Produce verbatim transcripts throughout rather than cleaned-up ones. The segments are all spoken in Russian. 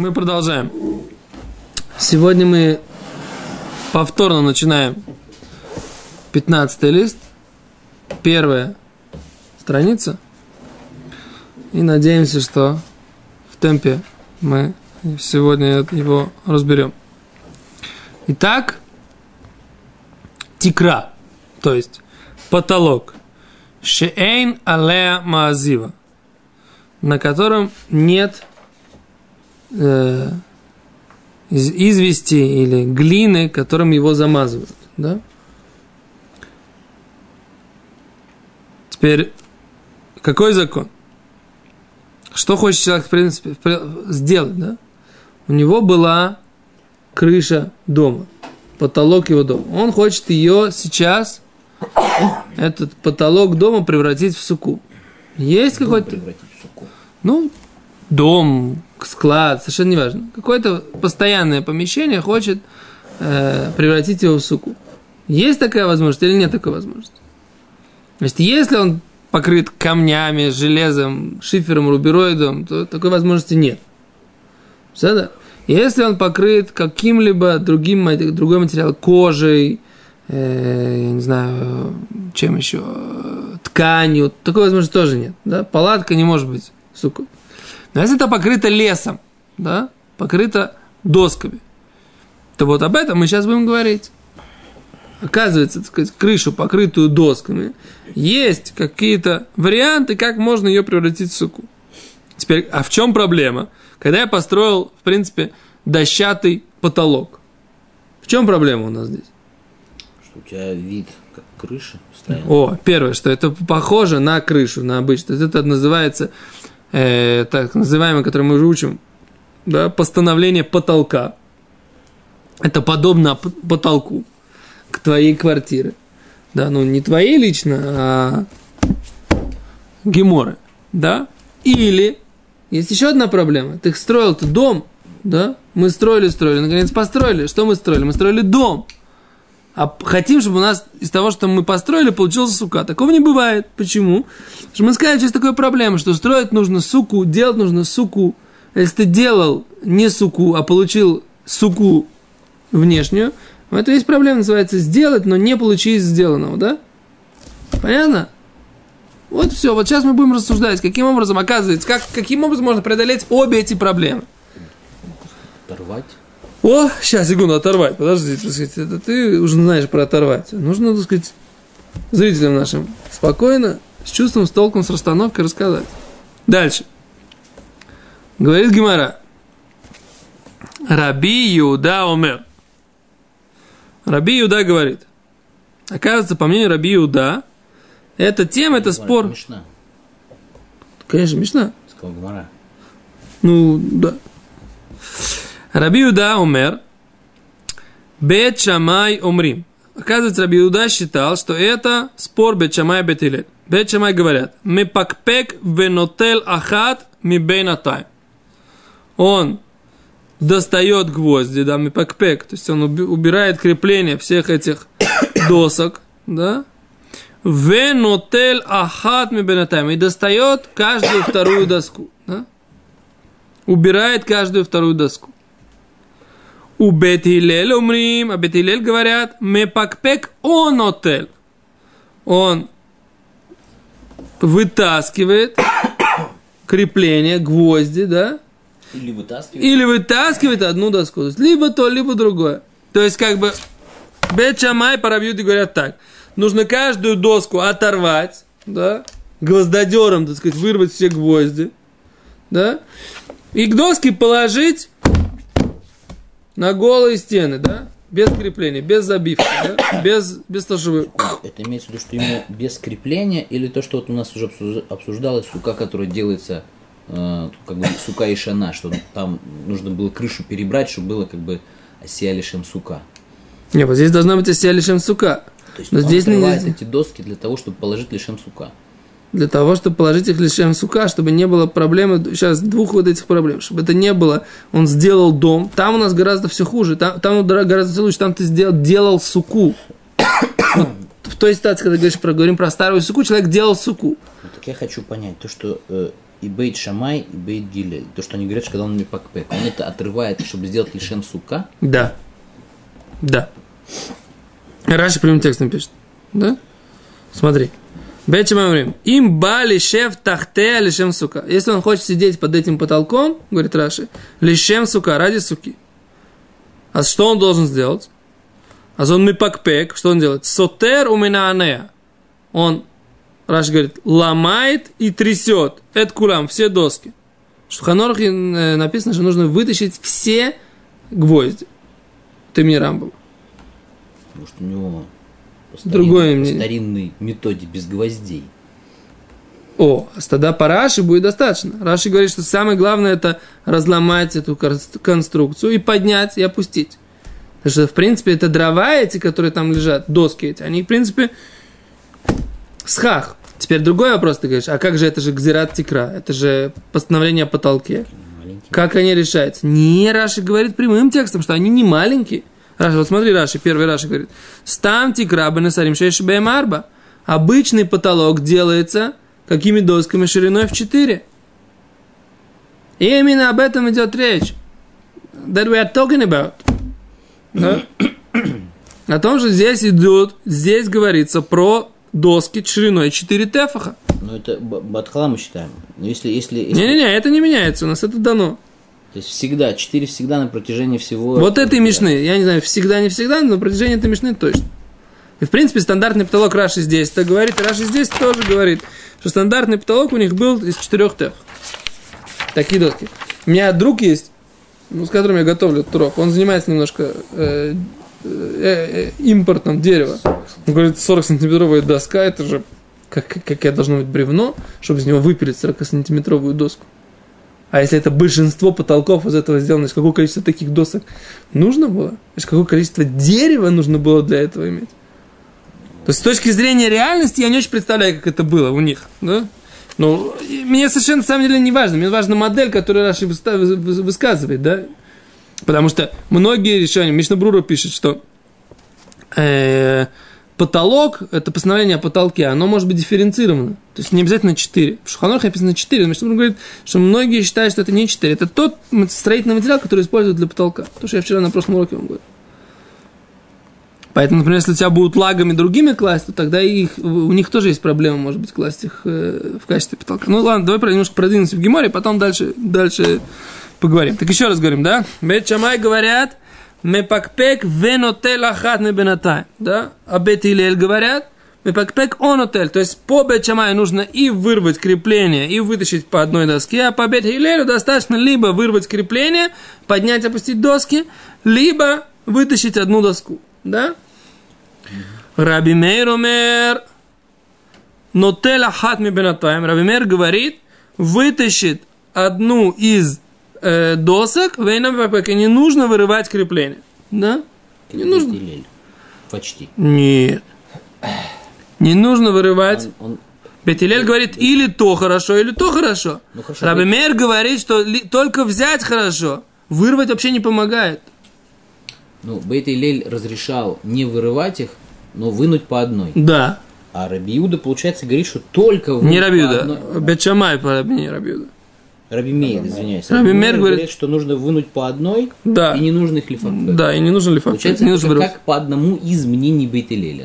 Мы продолжаем. Сегодня мы повторно начинаем пятнадцатый лист, первая страница. И надеемся, что в темпе мы сегодня его разберем. Итак, тикра, то есть потолок, шеэйн алея маазива, на котором нет э, извести или глины, которым его замазывают. Да? Теперь, какой закон? Что хочет человек, в принципе, сделать? Да? У него была крыша дома, потолок его дома. Он хочет ее сейчас, этот потолок дома, превратить в суку. Есть дом какой-то... превратить в суку. Ну, дом, склад, совершенно неважно. Какое-то постоянное помещение хочет э, превратить его в суку. Есть такая возможность или нет такой возможности? Значит, если он покрыт камнями, железом, шифером, рубероидом, то такой возможности нет. Все, если он покрыт каким-либо другим, другой материалом, кожей, э, я не знаю, чем еще, тканью, такой возможности тоже нет. Да? Палатка не может быть сукой. Но если это покрыто лесом, да, покрыто досками, то вот об этом мы сейчас будем говорить. Оказывается, так сказать, крышу, покрытую досками, есть какие-то варианты, как можно ее превратить в суку. Теперь, а в чем проблема? Когда я построил, в принципе, дощатый потолок. В чем проблема у нас здесь? Что у тебя вид как крыша постоянно. О, первое, что это похоже на крышу, на обычную. Это называется, э, так называемое, которое мы уже учим, да, постановление потолка. Это подобно потолку к твоей квартире. Да, ну не твоей лично, а геморы. Да? Или есть еще одна проблема. Ты строил ты дом, да? Мы строили, строили, наконец построили. Что мы строили? Мы строили дом. А хотим, чтобы у нас из того, что мы построили, получилась сука. Такого не бывает. Почему? Потому что мы сказали, что есть такая проблема, что строить нужно суку, делать нужно суку. Если ты делал не суку, а получил суку внешнюю, у этого есть проблема, называется сделать, но не получить сделанного, да? Понятно? Вот все, вот сейчас мы будем рассуждать, каким образом, оказывается, как, каким образом можно преодолеть обе эти проблемы. Оторвать? О, сейчас, секунду, оторвать, подожди, так сказать, это ты уже знаешь про оторвать. Нужно, так сказать, зрителям нашим спокойно, с чувством, с толком, с расстановкой рассказать. Дальше. Говорит Гемара. Раби Иуда омер. Раби Иуда говорит. Оказывается, по мнению Раби Иуда, эта тема, это спор. Мишна. Конечно, Мишна. Сказал Гемара. Ну, да. Раби Иуда омер. Бет Шамай омрим. Оказывается, Раби Иуда считал, что это спор Бет Шамай и Бет Хилель. Бет Шамай говорят. Мепакпек венотел ахат мибейнатай. Он достает гвозди, да, мипакпек, то есть он убирает крепление всех этих досок, да, венотель ахат мибенатайм, и достает каждую вторую доску, да, убирает каждую вторую доску. У Бет Хилель умрим, а Бет Хилель говорят, мипакпек онотель, он вытаскивает крепление, гвозди, да, Или вытаскивает. Или вытаскивает одну доску. То есть, либо то, либо другое. То есть, как бы, Бет Шамай по Раби Иуде говорят так. Нужно каждую доску оторвать, да, гвоздодером, так сказать, вырвать все гвозди, да, и к доске положить на голые стены, да, без крепления, без забивки, да, без, без того, чтобы... Это имеется в виду, что именно без крепления, или то, что вот у нас уже обсуждалось, сука, которая делается... как бы сука и шана, что там нужно было крышу перебрать, чтобы было как бы асия лишем сука. Не, вот здесь должна быть асия лишем сука. То есть но он здесь открывает не... эти доски для того, чтобы положить лишем сука. Для того, чтобы положить их лишем сука, чтобы не было проблемы, сейчас двух вот этих проблем, чтобы это не было, он сделал дом, там у нас гораздо все хуже, там, там гораздо все лучше, там ты сделал, делал суку. Вот в той ситуации, когда говоришь про, говорим про старую суку, человек делал суку. Ну, так я хочу понять, то, что э, и Бейт Шамай, и Бейт Гилель. То, что они говорят, что когда он мипакпек, он это отрывает, чтобы сделать лишем сука? Да. Да. Раши прямым текстом пишет. Да? Смотри. Бейт Шамай говорим. Им ба лишев тахте лишем сука. Если он хочет сидеть под этим потолком, говорит Раши, лишем сука, ради суки. А что он должен сделать? А он мипакпек, что он делает? Сотер у меня анея. Он, Раши говорит, ломает и трясет. Это кулам, все доски. В Шулхан-Арухе написано, что нужно вытащить все гвозди. Это имени Рамбама. Может, у него по другое мнение. Старинной методе без гвоздей. О, а тогда по Раши будет достаточно. Раши говорит, что самое главное это разломать эту конструкцию и поднять, и опустить. Потому что, в принципе, это дрова эти, которые там лежат, доски эти, они, в принципе, схах. Теперь другой вопрос, ты говоришь, а как же это же гзират тикра? Это же постановление о потолке. Маленький. Как они решаются? Не, Раши говорит прямым текстом, что они не маленькие. Раши, вот смотри, Раши, первый Раши говорит, стам тикра бенесарим шеш бэм арба. Обычный потолок делается какими досками шириной в четыре. И именно об этом идет речь. That we are talking about. Да? О том, что здесь идет, здесь говорится про доски шириной четыре тефаха. Ну, это Батхала мы считаем. Но если, если, если... Не-не-не, это не меняется, у нас это дано. То есть всегда, четыре всегда на протяжении всего... Вот этой мишны, я не знаю, всегда, не всегда, но на протяжении этой мишны точно. И, в принципе, стандартный потолок Раши здесь это говорит, и Раши здесь тоже говорит, что стандартный потолок у них был из четырех теф. Такие доски. У меня друг есть, ну, с которым я готовлю турок, он занимается немножко э, э, э, импортом дерева. Он говорит, сорок-сантиметровая доска, это же как, какое должно быть бревно, чтобы из него выпилить сорок-сантиметровую доску. А если это большинство потолков из этого сделано, из какого количества таких досок нужно было? Из какого количества дерева нужно было для этого иметь? То есть с точки зрения реальности я не очень представляю, как это было у них. Да? Но мне совершенно на самом деле не важно. Мне важна модель, которую Раши высказывает. Да? Потому что многие решения, Мишна Брура пишет, что э, потолок, это постановление о потолке, оно может быть дифференцировано. То есть не обязательно четыре. В Шулхан-Арухе написано четыре. Мишна Брура говорит, что многие считают, что это не четыре. Это тот строительный материал, который используют для потолка. То, что я вчера на прошлом уроке вам говорил. Поэтому, например, если у тебя будут лагами другими класть, то тогда их, у них тоже есть проблема, может быть, класть их э, в качестве потолка. Ну ладно, давай немножко продвинемся в Геморе, потом дальше, дальше поговорим. Так еще раз говорим, да? Бейт Шамай говорят, мепакпек венотель ахат мебенатай. Да? А Бейт Гилель говорят, мепакпек онотель. То есть по Бейт Шамаю нужно и вырвать крепление, и вытащить по одной доске, а по Бейт Гилелю достаточно либо вырвать крепление, поднять, опустить доски, либо вытащить одну доску. Да? Раби Мейр омер нотель ахат мебенатаем. Раби Мейр говорит, вытащит одну из э, досок, не нужно вырывать крепление. Да? Не нужно. Почти. Нет. Не нужно вырывать. Он, он... Бейт Гилель говорит, или то хорошо, или то хорошо. Ну, хорошо Раби Мейр говорит, что ли, только взять хорошо, вырвать вообще не помогает. Ну, Бейт Гилель разрешал не вырывать их, но вынуть по одной. Да. А Раби Иуда, получается, говорит, что только вынуть не Раби Иуда, по одной. Бейт Шамай по Раби, не Раби Иуда. Раби Мейр, извиняюсь. Раби, Раби Мейр говорит, что нужно вынуть по одной, да. И не нужно их лифакпек. Да, и не нужно лифакпек. Получается, не это нужно как по одному из мнений Бейт Гилеля.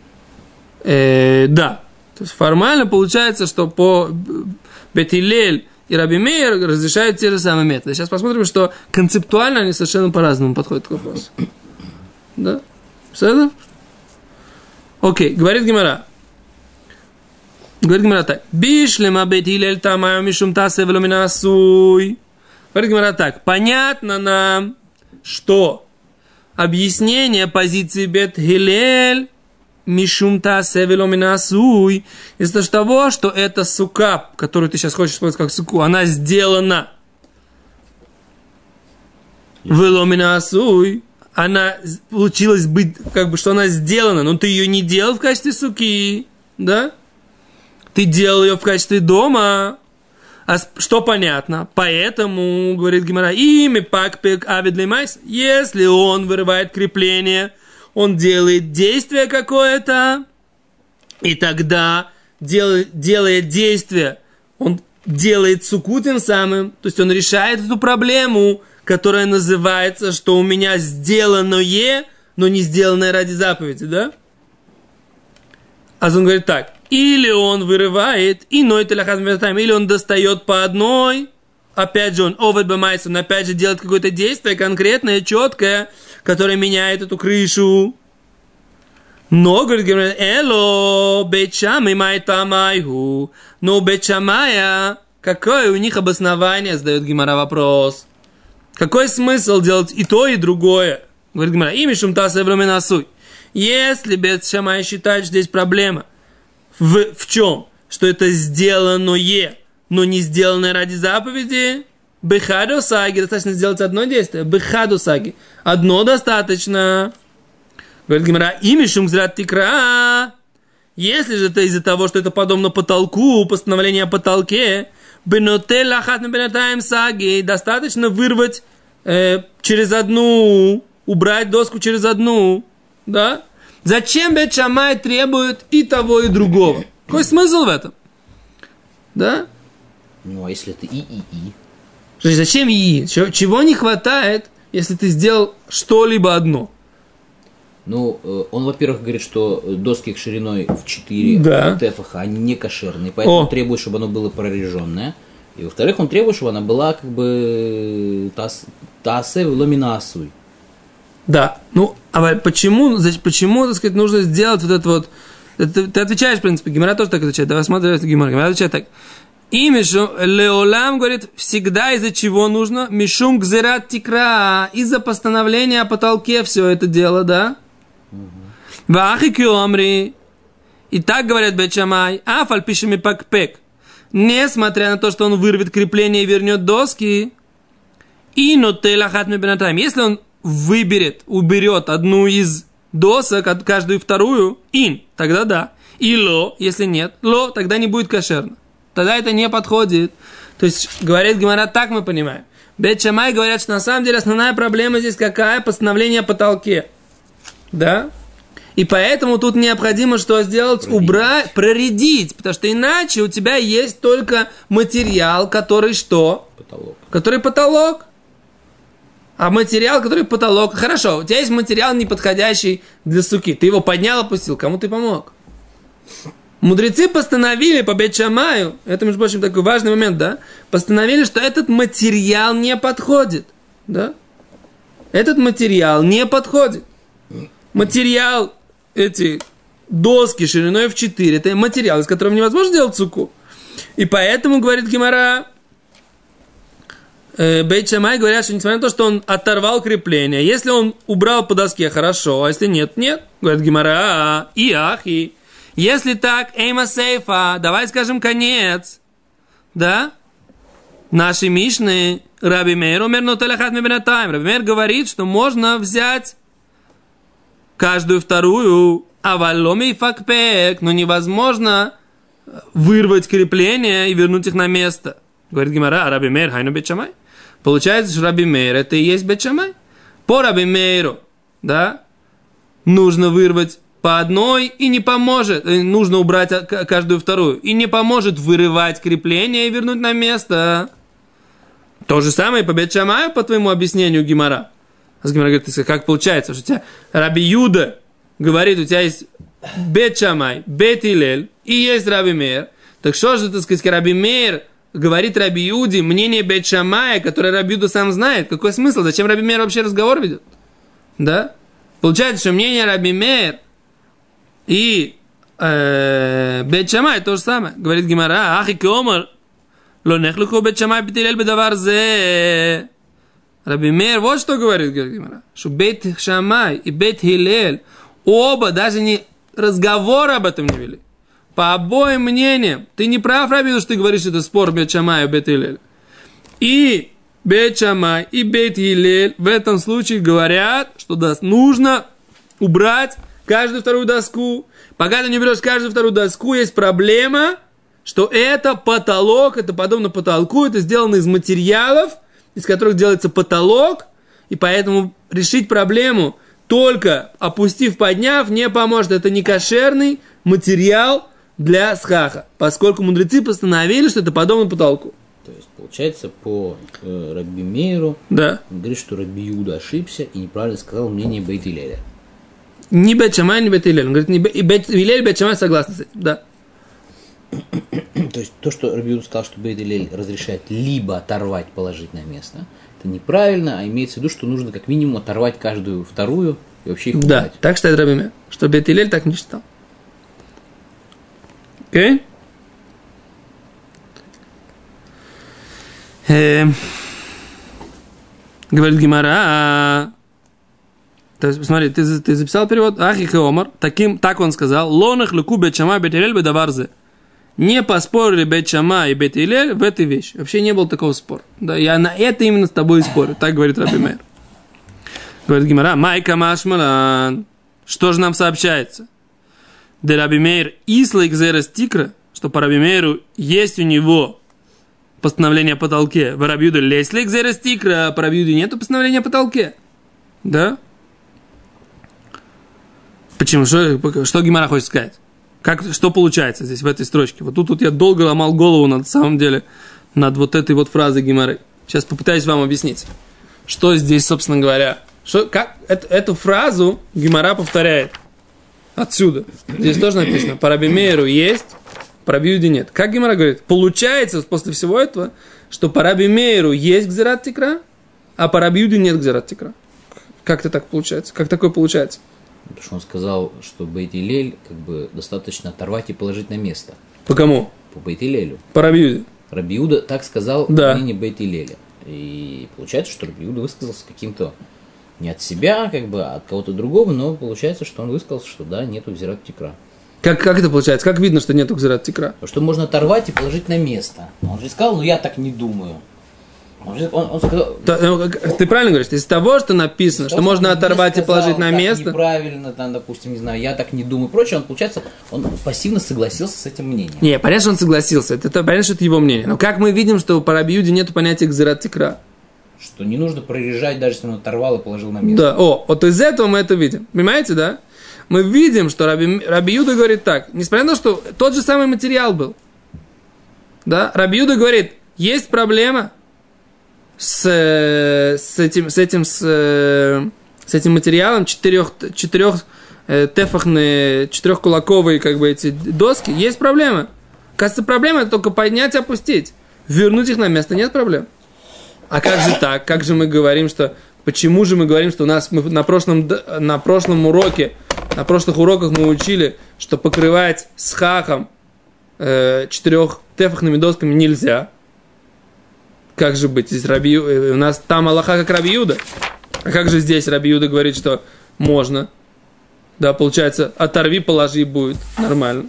Э, да. То есть формально получается, что по Бейт Гилель и Раби Мейр разрешают те же самые методы. Сейчас посмотрим, что концептуально они совершенно по-разному подходят к вопросу. Да? Все? Окей, говорит Гемара. Говорит Гемара так. Бишлема Бейт Гилель тамаю мишум тасе веломинасуй. Говорит Гемара так. Понятно нам, что объяснение позиции Бейт Гилель мишум тасе веломинасуй из-за того, что эта сука, которую ты сейчас хочешь использовать как суку, она сделана веломинасуй. Она получилась быть, как бы, что она сделана, но ты ее не делал в качестве суки, да? Ты делал ее в качестве дома. А что понятно? Поэтому, говорит Гемара, имя пакпек авидлимайс, если он вырывает крепление, он делает действие какое-то, и тогда, дел, делая действие, он делает суку тем самым, то есть он решает эту проблему, которая называется, что у меня сделанное, но не сделанное ради заповеди, да? А он говорит так, или он вырывает, иной телахат мебинатайм, или он достает по одной, опять же он овет бамайс, он опять же делает какое-то действие конкретное, четкое, которое меняет эту крышу. Но, говорит, эло, бейт шамай майта майху. Но бейт шамая, какое у них обоснование, задает Гемара вопрос. Какой смысл делать и то, и другое? Говорит Гемара, ими шумта севроменасуй. Если бейт шамай считает, что здесь проблема, в, в чем? Что это сделанное, но не сделанное ради заповеди, бехаду саги, достаточно сделать одно действие, бехаду саги, одно достаточно. Говорит Гемара, ими шумзрат тикра. Если же это из-за того, что это подобно потолку, постановление о потолке, бенотель лахат мебинатайм саги, достаточно вырвать э, через одну, убрать доску через одну, да? Зачем Бейт Шамай требует и того, и другого? Какой смысл в этом? Да? Ну, а если это и, и, и? Зачем и? Чего не хватает, если ты сделал что-либо одно? Ну, он, во-первых, говорит, что доски шириной в четыре да. тефаха, они не кошерные, поэтому О. он требует, чтобы оно было прореженное. И, во-вторых, он требует, чтобы она была как бы таасе ламинасуй. Да, ну, а почему, почему, так сказать, нужно сделать вот это вот... Ты, ты отвечаешь, в принципе, Гемара тоже так отвечает. Давай смотрим, Гемара. Гемара отвечает так. И Мишум, Леолам, говорит, всегда из-за чего нужно? Мишум гзерат тикра. Из-за постановления о потолке все это дело, да? Вахи киомри. И так говорят Бейт Шамай. Афаль пишем и пак-пек. Несмотря на то, что он вырвет крепление и вернет доски. И нотелахат мебинатайм. Если он выберет, уберет одну из досок, каждую вторую, ин, тогда да. И ло, если нет, ло, тогда не будет кошерно. Тогда это не подходит. То есть, говорит Гемара, так мы понимаем. Бейт Шамай говорят, что на самом деле основная проблема здесь какая? Постановление о потолке. Да? И поэтому тут необходимо что сделать? Проредить. Убрать, проредить. Потому что иначе у тебя есть только материал, который что? Потолок. Который потолок. А материал, который потолок. Хорошо, у тебя есть материал, неподходящий для суки. Ты его поднял, опустил. Кому ты помог? Мудрецы постановили по Бейт Шамаю, это, между прочим, такой важный момент, да? Постановили, что этот материал не подходит. Да? Этот материал не подходит. Материал, эти доски шириной в четыре, это материал, из которого невозможно делать суку. И поэтому, говорит Гемара, э, Бейт Шамай говорят, что несмотря на то, что он оторвал крепление, если он убрал по доске, хорошо, а если нет, нет. Говорит Гемара, и ахи. Если так, эйма сейфа, давай скажем конец. Да? Наши Мишны, Раби Мейр, умер нотелахат мебинатайм. Раби Мейр говорит, что можно взять каждую вторую, а валоми факпек, но невозможно вырвать крепление и вернуть их на место. Говорит Гемара, Раби Мейр, хайну Бейт Шамай. Получается, что Раби Мейр это и есть Бейт Шамай. По Раби Мейру, да, нужно вырвать по одной и не поможет, нужно убрать каждую вторую, и не поможет вырывать крепление и вернуть на место. То же самое по Бейт Шамаю, по твоему объяснению, Гемара. А Гемара говорит, как получается, что у тебя Раби Юда говорит, у тебя есть Бейт Шамай, Бейт Илель и есть Раби Мейр. Так что же, так сказать, Раби Мейр говорит Раби Юде мнение Бейт Шамая, которое Раби Юда сам знает. Какой смысл? Зачем Раби Мейр вообще разговор ведет? Да? Получается, что мнение Раби Мейр и э, Бейт Шамай то же самое. Говорит Гемара, ахи кеомар, ло нехлуху Бейт Шамай Бейт Илель бедавар зе. Раби Мейр вот что говорит, говорит Гемара, что Бейт Шамай и Бейт Илель оба даже не разговор об этом не вели. По обоим мнениям. Ты не прав, Раби, что ты говоришь, что это спор Бейт Шамай и Бейт Илель. И Бейт Шамай и Бейт Илель в этом случае говорят, что да, нужно убрать каждую вторую доску. Пока ты не берешь каждую вторую доску, есть проблема, что это потолок, это подобно потолку, это сделано из материалов, из которых делается потолок, и поэтому решить проблему, только опустив, подняв, не поможет. Это не кошерный материал, для схаха, поскольку мудрецы постановили, что это подобно потолку. То есть, получается, по э, Рабби Мейру, да. Он говорит, что Рабби Иуда ошибся и неправильно сказал мнение Бейт Гилеля. Ни Бейт Шамай, ни Бейт Гилель. Он говорит, и Бейт Гилель, и Бейт Шамай согласны с этим, да. То есть, то, что Рабби Иуда сказал, что Бейт Гилель разрешает либо оторвать, положить на место, это неправильно, а имеется в виду, что нужно как минимум оторвать каждую вторую и вообще их убрать. Да, так считает Рабби Мейр, что Бейт Гилель так не считал. Окей? Okay? Э, говорит Гемара. То есть, посмотри, ты, ты записал перевод? Ахи Хеомар. Таким, так он сказал. Лонах леку Бейт Шамай Бейт Гилель бедаварзе. Не поспорили Бейт Шамай и Бейт Гилель в этой вещи. Вообще не было такого спора. Да, я на это именно с тобой и спорю. Так говорит Рабби Мейр. Говорит Гемара. Майка Машмалан. Что же нам сообщается? Де Рабби Мейр Исла Игзерес Тикра. Что по Рабби Мейру есть у него постановление о потолке. В Рабби Юде лесли Игзерес Тикра. А по Рабби Юде нету постановления о потолке. Да? Почему? Что, что Гемара хочет сказать? Как, что получается здесь, в этой строчке? Вот тут, тут я долго ломал голову, на самом деле, над вот этой вот фразой Гемары. Сейчас попытаюсь вам объяснить, что здесь, собственно говоря. Что, как, эту, эту фразу Гемара повторяет отсюда. Здесь тоже написано, по Рабби Мейру есть, по Рабби Юде нет. Как Гемара говорит? Получается, после всего этого, что по Рабби Мейру есть Гзерат Тикра, а по Рабби Юде нет Гзерат Тикра. Как это так получается? Как такое получается? Потому что он сказал, что Бейт Гилель как бы достаточно оторвать и положить на место. По кому? По Бейт Гилелю. По Рабби Юде. Рабби Иуда так сказал да. мнение Бейт Гилеля. И получается, что Рабби Иуда высказался каким-то не от себя, как бы, а от кого-то другого, но получается, что он высказался, что да, нету Гзерат Тикра. Как, как это получается? Как видно, что нету Гзерат Тикра? Потому что можно оторвать и положить на место. Он же сказал, ну я так не думаю. Он, он, он сказал, То, ты правильно говоришь, из того, что написано, что можно оторвать сказал, и положить на место. Неправильно, там, допустим, не знаю, я так не думаю, прочее, он, получается, он пассивно согласился с этим мнением. Не, понятно, что он согласился, это, это понятно, что это его мнение. Но как мы видим, что по Рабби Юде нет понятия Гзерат Тикра? Что не нужно прорежать, даже если он оторвал и положил на место. Да, о, вот из этого мы это видим. Понимаете, да? Мы видим, что Рабби, Рабби Юда говорит так, несмотря на то, что тот же самый материал был. Да, Рабби Юда говорит, есть проблема с, с этим, с этим, с, с этим материалом, четырех, четырех тефахные, четырехкулаковые, как бы, эти доски, есть проблема. Кажется, проблема это только поднять и опустить. Вернуть их на место нет проблем. А как же так? Как же мы говорим, что... Почему же мы говорим, что у нас мы на, прошлом, на прошлом уроке, на прошлых уроках мы учили, что покрывать с хахом э, четырехтефахными досками нельзя? Как же быть? Здесь Раби, у нас там Аллаха как Рабби Юда. А как же здесь Рабби Юда говорит, что можно? Да, получается, оторви, положи, будет нормально.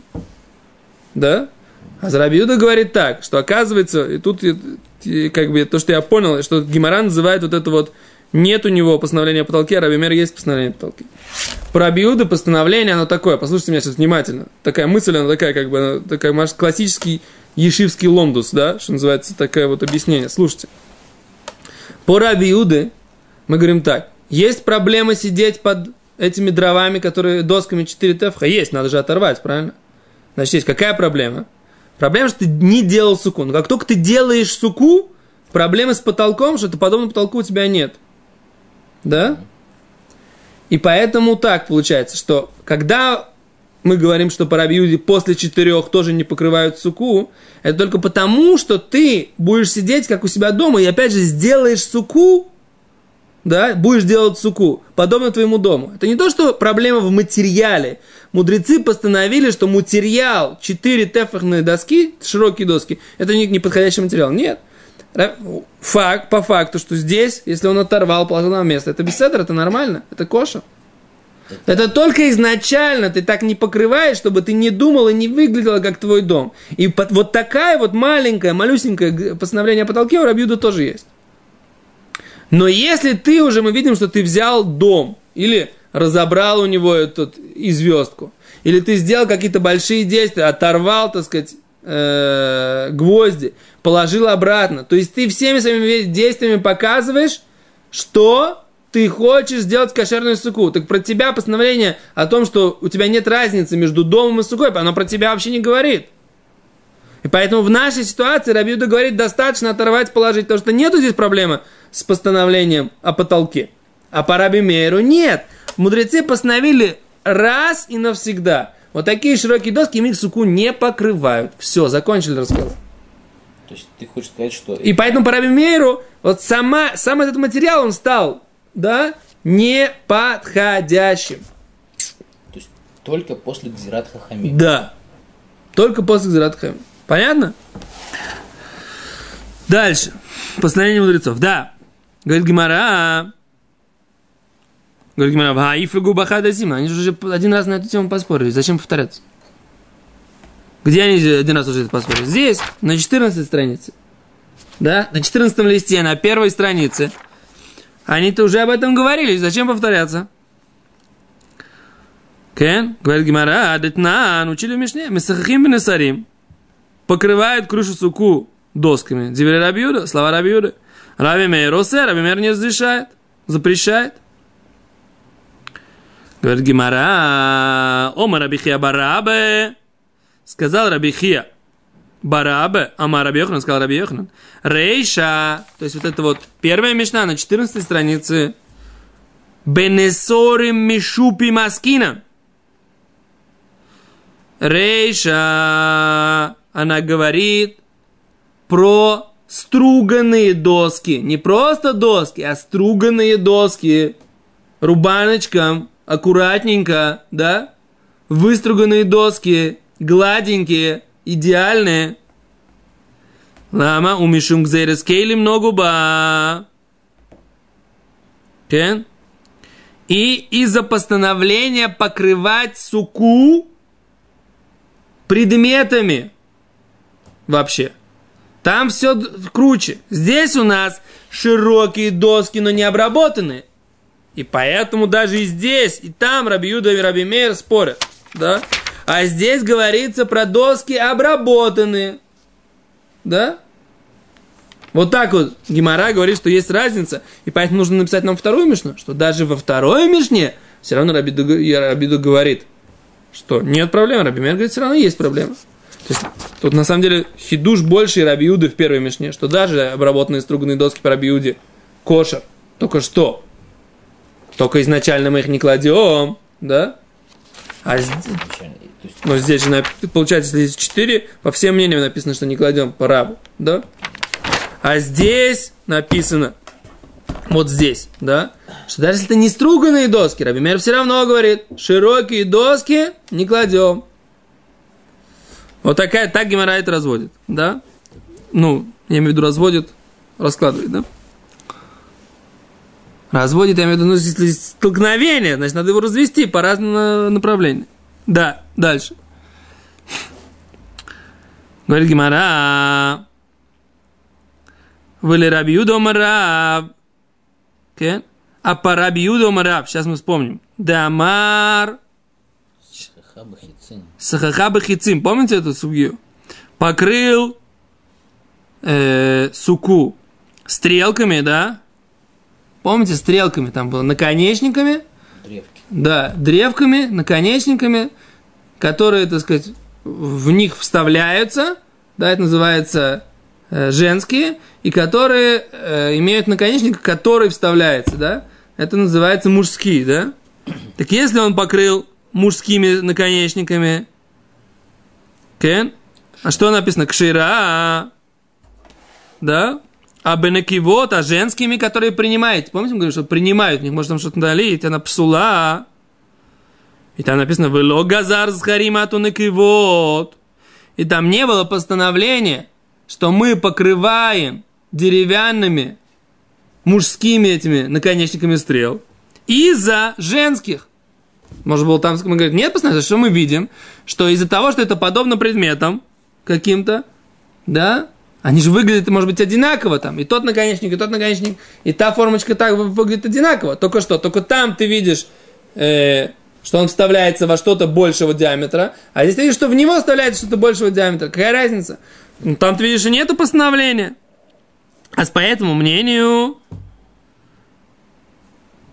Да? А Рабби Юда говорит так, что оказывается, и тут и, как бы то, что я понял, что Гемара называет вот это вот, нет у него постановления о потолке, а Рабби Мейр есть постановление о потолке. Про Рабби Юда постановление, оно такое, послушайте меня сейчас внимательно, такая мысль, она такая, как бы, она такая, может, классический ешивский ломдус, да, что называется, такое вот объяснение. Слушайте, по Рабби Юде мы говорим так, есть проблема сидеть под этими дровами, которые досками четыре тефха, есть, надо же оторвать, правильно? Значит, есть какая проблема? Проблема, что ты не делал суку. Но как только ты делаешь суку, проблема с потолком, что подобного потолку у тебя нет. Да? И поэтому так получается, что когда мы говорим, что по Рабби Юде после четырех тоже не покрывают суку, это только потому, что ты будешь сидеть, как у себя дома, и опять же сделаешь суку, да, будешь делать суку, подобно твоему дому. Это не то, что проблема в материале. Мудрецы постановили, что материал, четыре тефахные доски, широкие доски, это не неподходящий материал. Нет. Факт, по факту, что здесь, если он оторвал, положил на место, это беседер, это нормально, это кошер. Это только изначально ты так не покрываешь, чтобы ты не думал и не выглядело, как твой дом. И под, вот такая вот маленькая, малюсенькая постановление о потолке у Рабби Юды тоже есть. Но если ты уже, мы видим, что ты взял дом, или разобрал у него эту и звездку, или ты сделал какие-то большие действия, оторвал, так сказать, э, гвозди, положил обратно, то есть ты всеми своими действиями показываешь, что ты хочешь сделать кошерную суку. Так про тебя постановление о том, что у тебя нет разницы между домом и сукой, оно про тебя вообще не говорит. И поэтому в нашей ситуации Раби Юда говорит, достаточно оторвать, положить, потому что нету здесь проблемы с постановлением о потолке. А по Раби Мейру нет. Мудрецы постановили раз и навсегда. Вот такие широкие доски им суку не покрывают. Все, закончили рассказ. То есть ты хочешь сказать, что... И поэтому по Раби Мейру вот сама, сам этот материал он стал, да, неподходящим. То есть только после Гзират Хахамим. Да. Только после Гзират Хахамим. Понятно? Дальше. Постановление мудрецов. Да. Говорит Гемара. Говорит Гемара. Ваифрагу бахада зима. Они же уже один раз на эту тему поспорили. Зачем повторяться? Где они один раз уже это поспорили? Здесь, на четырнадцатой странице. Да? На четырнадцатом листе, на первой странице. Они-то уже об этом говорили. Зачем повторяться? Кен? Говорит Гемара. Детнан. Учили в Мишне. Месахахим бенесарим. Покрывают крышу суку досками. Дивери Раби Юда, слова Раби Юда. Раби Мейр осе, Раби Мейр не разрешает, запрещает. Говорит Гемара, Ома Раби Хия Барабе, сказал Раби Хия Барабе, Ама Раби Йоханан, сказал Раби Йоханан. Рейша, то есть вот это вот первая мишна на четырнадцатой странице. Бенесорим мишупи маскина. Рейша, она говорит про струганные доски. Не просто доски, а струганные доски. Рубаночком, аккуратненько, да? Выструганные доски, гладенькие, идеальные. Лама умишум гзерес кейлим ногуба. Кен? И из-за постановления покрывать суку предметами вообще. Там все круче. Здесь у нас широкие доски, но не обработанные. И поэтому даже и здесь, и там Раби Юда и Раби Мейр спорят. Да? А здесь говорится про доски обработанные. Да? Вот так вот Гемара говорит, что есть разница. И поэтому нужно написать нам вторую мишну, что даже во второй мишне все равно Раби Юда говорит, что нет проблем. Раби Мейр говорит, все равно есть проблема. То есть, тут на самом деле хидуш больше Раби Юды в первой мишне, что даже обработанные струганные доски по Раби Юде кошер. Только что? Только изначально мы их не кладем, да? А здесь, но здесь же получается, если здесь четыре, по всем мнениям написано, что не кладем по рабу, да? А здесь написано, вот здесь, да? Что даже если это не струганные доски, Раби Мейр все равно говорит, широкие доски не кладем. Вот такая, так Гемара это разводит, да? Ну, я имею в виду разводит, раскладывает, да? Разводит, я имею в виду, ну, если столкновение, значит, надо его развести по разным направлениям. Да, дальше. Говорит Гемара. Вели Раби Юда омар. А по Раби Юда омар. Сейчас мы вспомним. Дамар. Сахаха бахицим. Помните эту сугию? Покрыл э, суку стрелками, да? Помните, стрелками там было, наконечниками? Древки. Да, древками, наконечниками, которые, так сказать, в них вставляются, да, это называется э, женские, и которые э, имеют наконечник, который вставляется, да, это называется мужские, да. Так если он покрыл мужскими наконечниками, кен, а что написано? Кшира, да? А бенекивот, а женскими, которые принимаете. Помните, мы говорим, что принимают, у них может там что-то налить, она псула. И там написано «Вело газар с харимату некивот». И там не было постановления, что мы покрываем деревянными мужскими этими наконечниками стрел из-за женских. Может было там, мы говорим, нет постановления, что мы видим, что из-за того, что это подобно предметам каким-то, да, они же выглядят, может быть, одинаково там. И тот наконечник, и тот наконечник, и та формочка так выглядит одинаково. Только что? Только там ты видишь, э, что он вставляется во что-то большего диаметра, а здесь ты видишь, что в него вставляется что-то большего диаметра. Какая разница? Ну, там ты видишь, что нету постановления. А по этому мнению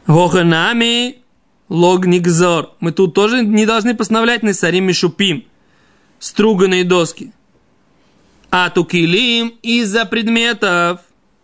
Гоханами логникзор. Мы тут тоже не должны постановлять несарим мишупим. Струганные доски. А тукилим из-за предметов.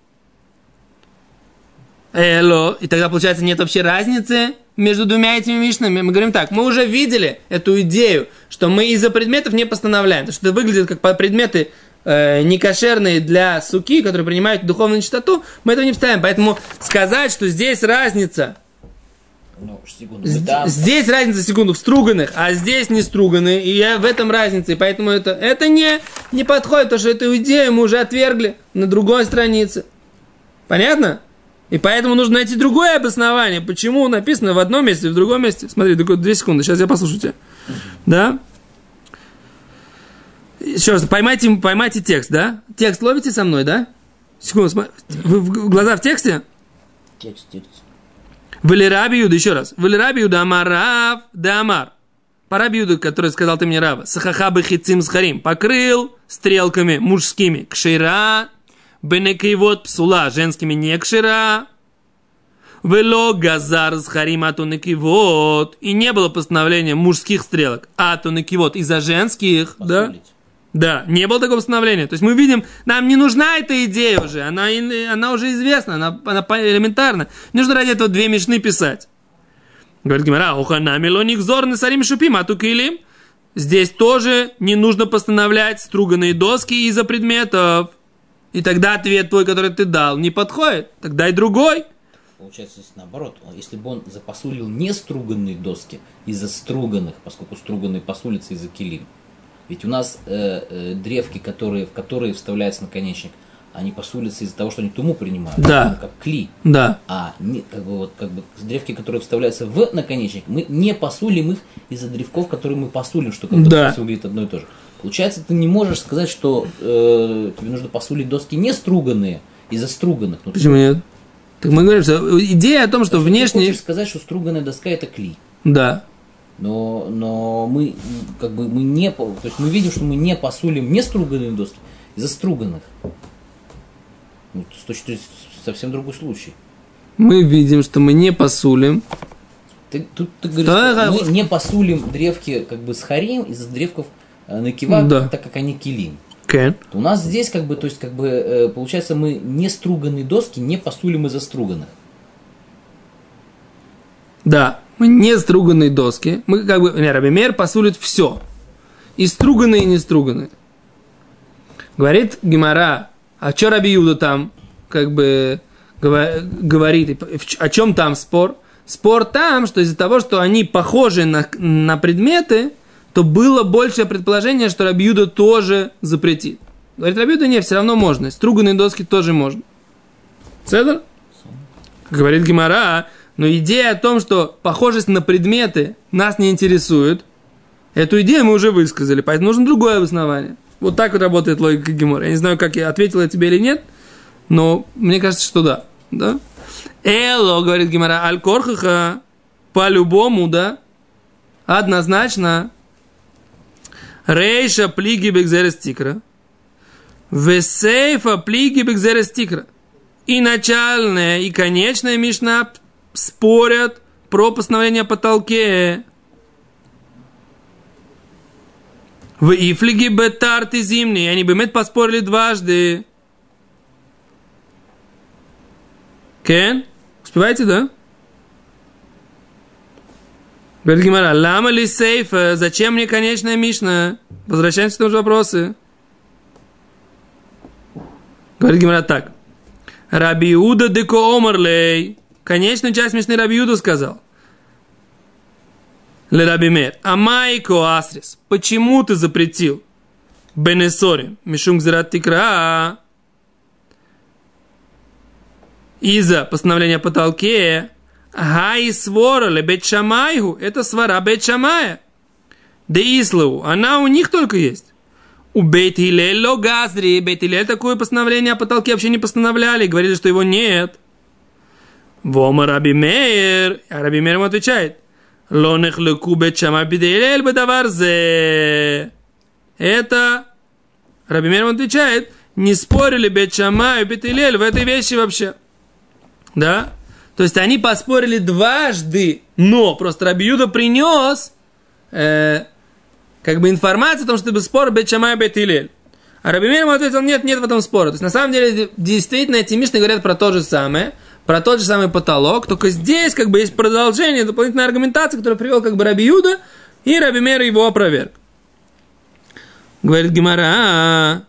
Эло. И тогда, получается, нет вообще разницы между двумя этими мишнами. Мы говорим так, мы уже видели эту идею, что мы из-за предметов не постановляем. Потому что это выглядит как предметы э, некошерные для суки, которые принимают духовную нечистоту, мы этого не поставим. Поэтому сказать, что здесь разница, ну, секунду, там... здесь разница, секунду, в струганных, а здесь не струганные, и я в этом разница, и поэтому это, это не, не подходит, потому что эту идею мы уже отвергли на другой странице. Понятно? И поэтому нужно найти другое обоснование, почему написано в одном месте, в другом месте. Смотри, две секунды, сейчас я послушаю тебя. Uh-huh. Да? Еще раз, поймайте, поймайте текст, да? Текст ловите со мной, да? Секунду, смотри. Вы в глаза в тексте? Текст, текст. Валераби Юда, еще раз. Валераби Юда Амарав да Амар. Параби Юда, который сказал ты мне Рава. Сахахабы хицим схарим. Покрыл стрелками мужскими. Кшира. Бенекивот псула. Женскими не кшира. Вело газар схарим атунекивот. И не было постановления мужских стрелок. Атунекивот. Из-за женских. Посулить. Да? Да, не было такого постановления. То есть мы видим, нам не нужна эта идея уже. Она, она уже известна, она, она элементарна. Не нужно ради этого две мишны писать. Говорит Гемара, уханами лоник зор насарим шупим, а тукилим. Здесь тоже не нужно постановлять струганные доски из-за предметов. И тогда ответ твой, который ты дал, не подходит. Тогда и другой. Получается, наоборот, если бы он запосулил не струганные доски из-за струганных, поскольку струганные посулятся из-за килим. Ведь у нас э, э, древки, которые, в которые вставляется наконечник, они посулятся из-за того, что они туму принимают. Да. Как кли. Да. А не, как бы, вот, как бы, древки, которые вставляются в наконечник, мы не посулим их из-за древков, которые мы посулим, что как-то да. посулит одно и то же. Получается, ты не можешь сказать, что э, тебе нужно посулить доски не струганные из-за струганных. Ну, почему нет? Так мы говорим, что идея о том, что внешне... Ты хочешь сказать, что струганная доска это кли. Да. Но, но мы как бы мы не, то есть мы видим, что мы не посулим не струганные доски из-за струганных. Ну, с точки зрения совсем другой случай. Мы видим, что мы не посулим. Ты, тут ты говоришь, что мы не посулим древки как бы с харим из-за древков накива, да. Так как они килим. Okay. У нас здесь как бы, то есть как бы получается мы не струганные доски не посулим из-за струганных. Да. Мы не струганные доски. Мы как бы, не, Раби Меир посулит все. И струганные, и не струганные. Говорит Гемара, а что Раби Юда там как бы говорит, о чем там спор? Спор там, что из-за того, что они похожи на, на предметы, то было большее предположение, что Раби Юда тоже запретит. Говорит Раби Юда, нет, все равно можно. Струганные доски тоже можно. Цедр? Говорит Гемара, но идея о том, что похожесть на предметы нас не интересует, эту идею мы уже высказали, поэтому нужно другое обоснование. Вот так вот работает логика Гемора. Я не знаю, как я ответил я тебе или нет, но мне кажется, что да. да? Эло, говорит Гемора, аль-корхаха, по-любому, да, однозначно, рейша плиги бекзерестикра, весейфа плиги бекзерестикра. И начальная, и конечная мишна спорят про постановление о потолке. В ифлиги бетарты зимние. Они бы мед поспорили дважды. Кен? Успеваете, да? Говорит Гемара, лама ли сейфа? Зачем мне конечная мишна? Возвращаемся к тому же вопросу. Говорит Гемара так. Раби Иуда деко омарлей. Конечную часть мишны Раби Иуда сказал. Ле Раби Меир. Амайко асрис. Почему ты запретил? Бенесори. Мишум гзерат тикра. Из-за постановления о потолке. Гай свора ле бет шамайгу. Это свара бет шамая. Де ислау. Она у них только есть. У Бейт Хилель ло газри. Бейт Хилель такое постановление о потолке вообще не постановляли. Говорили, что его нет. Вома Раби Меир. А Раби Меир ему отвечает. Ло нехлеку Бейт Шамай Бейт Хилель бедаварзе. Это Раби Меир ему отвечает. Не спорили Бейт Шамай и Бейт Хилель в этой вещи вообще. Да? То есть они поспорили дважды, но просто Раби Юда принес э, как бы информацию о том, что это спор Бейт Шамай Бейт Гилель. А Раби Мейр ему ответил, нет, нет в этом спора. То есть на самом деле действительно эти мишны говорят про то же самое, про тот же самый потолок, только здесь как бы есть продолжение, дополнительная аргументация, которую привел как бы Раби Юда, и Раби Мейр его опроверг. Говорит Гемара,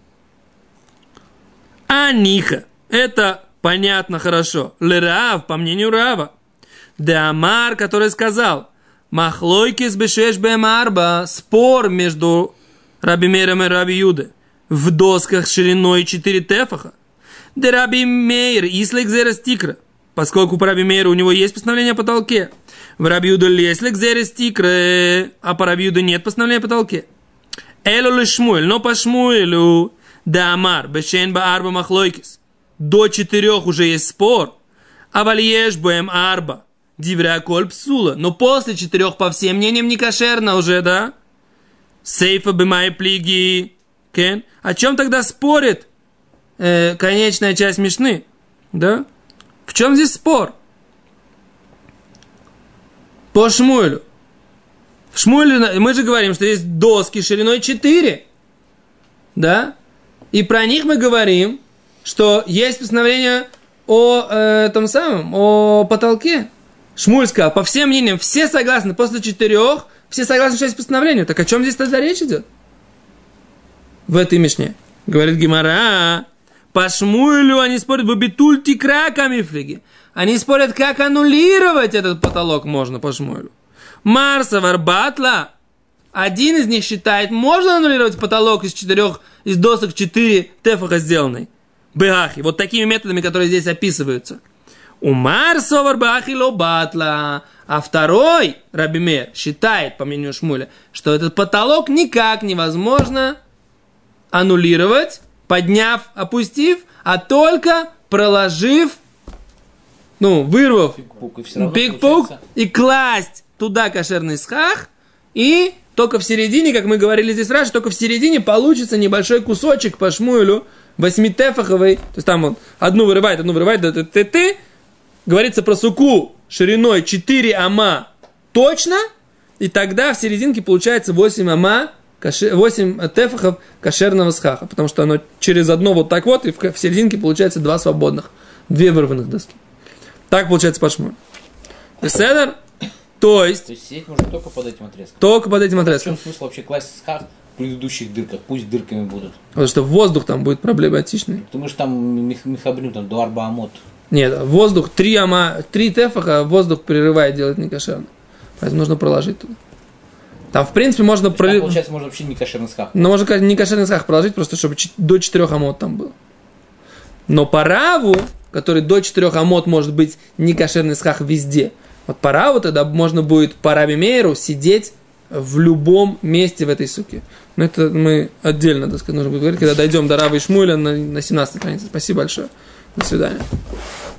Аниха, это понятно хорошо. Лерав, по мнению Рава. Да Амар, который сказал, Махлойкис бешеш бэмарба, спор между Раби Мейром и Раби Юдой в досках шириной четыре тефаха. Да Раби Мейр, ислик зерес тикра, поскольку по Раби Мейру у него есть постановление о потолке. В Раби Юда леслик зерес тикра, а по Раби Юда нет постановления о потолке. Элу ли Шмуэль, но по Шмуэлю, да Амар, бешен ба арба махлойкис. До четырех уже есть спор. А вальеш бэм арба, дивря коль псула. Но после четырех, по всем мнениям, не кошерно уже, да? Сейфа бэмай плиги. Кен? О чем тогда спорит э, конечная часть Мишны? Да? В чем здесь спор? По Шмуэлю. В Шмуэлю мы же говорим, что есть доски шириной четыре. Да? И про них мы говорим, что есть постановление о э, том самом, о потолке. Шмуэль сказал, по всем мнениям, все согласны, после четырех, все согласны, что есть постановление. Так о чем здесь тогда речь идет? В этой Мишне. Говорит Гемара, по Шмуэлю они спорят, бабитуль тикра камифлиги. Они спорят, как аннулировать этот потолок можно по Шмуэлю. Марса Варбатла, один из них считает, можно аннулировать потолок из четырех, из досок четыре тефаха сделанный. Бехахи, вот такими методами, которые здесь описываются. Умар совар бехахи ло батла. А второй, Раби Мейр, считает, по мнению Шмуэля, что этот потолок никак невозможно аннулировать, подняв, опустив, а только проложив, ну, вырвав пик-пук и класть туда кошерный схах, и только в середине, как мы говорили здесь раньше, только в середине получится небольшой кусочек по Шмуэлю, восьмитефаховый, то есть там он одну вырывает, одну вырывает, да, ты, ты, ты, говорится про суку шириной четыре ама точно, и тогда в серединке получается восемь ама, восемь тефахов кошерного схаха, потому что оно через одно вот так вот, и в серединке получается два свободных, две вырванных доски. Так получается по Шмуэлю. Беседер? То есть... То есть сидеть можно только под этим отрезком? Только под этим отрезком. В чем смысл вообще класть схах в предыдущих дырках? Пусть дырками будут. Потому что воздух там будет проблематичный. Потому что там мехабрим, там до арба амот. Нет, воздух, три ама, три тефаха, воздух прерывает, делает некошерно. Поэтому нужно проложить туда. Там, в принципе, можно... Пролив... Там, получается, можно вообще не кошерный схах. Но можно не кошерный схах проложить, просто чтобы до четырех амот там было. Но по раву, который до четырех амот может быть не кошерный схах везде, вот по раву тогда можно будет по Раби Мейру сидеть в любом месте в этой суке. Но это мы отдельно, так сказать, нужно будет говорить, когда дойдем до Рава и Шмуэля на, на семнадцатой странице. Спасибо большое. До свидания.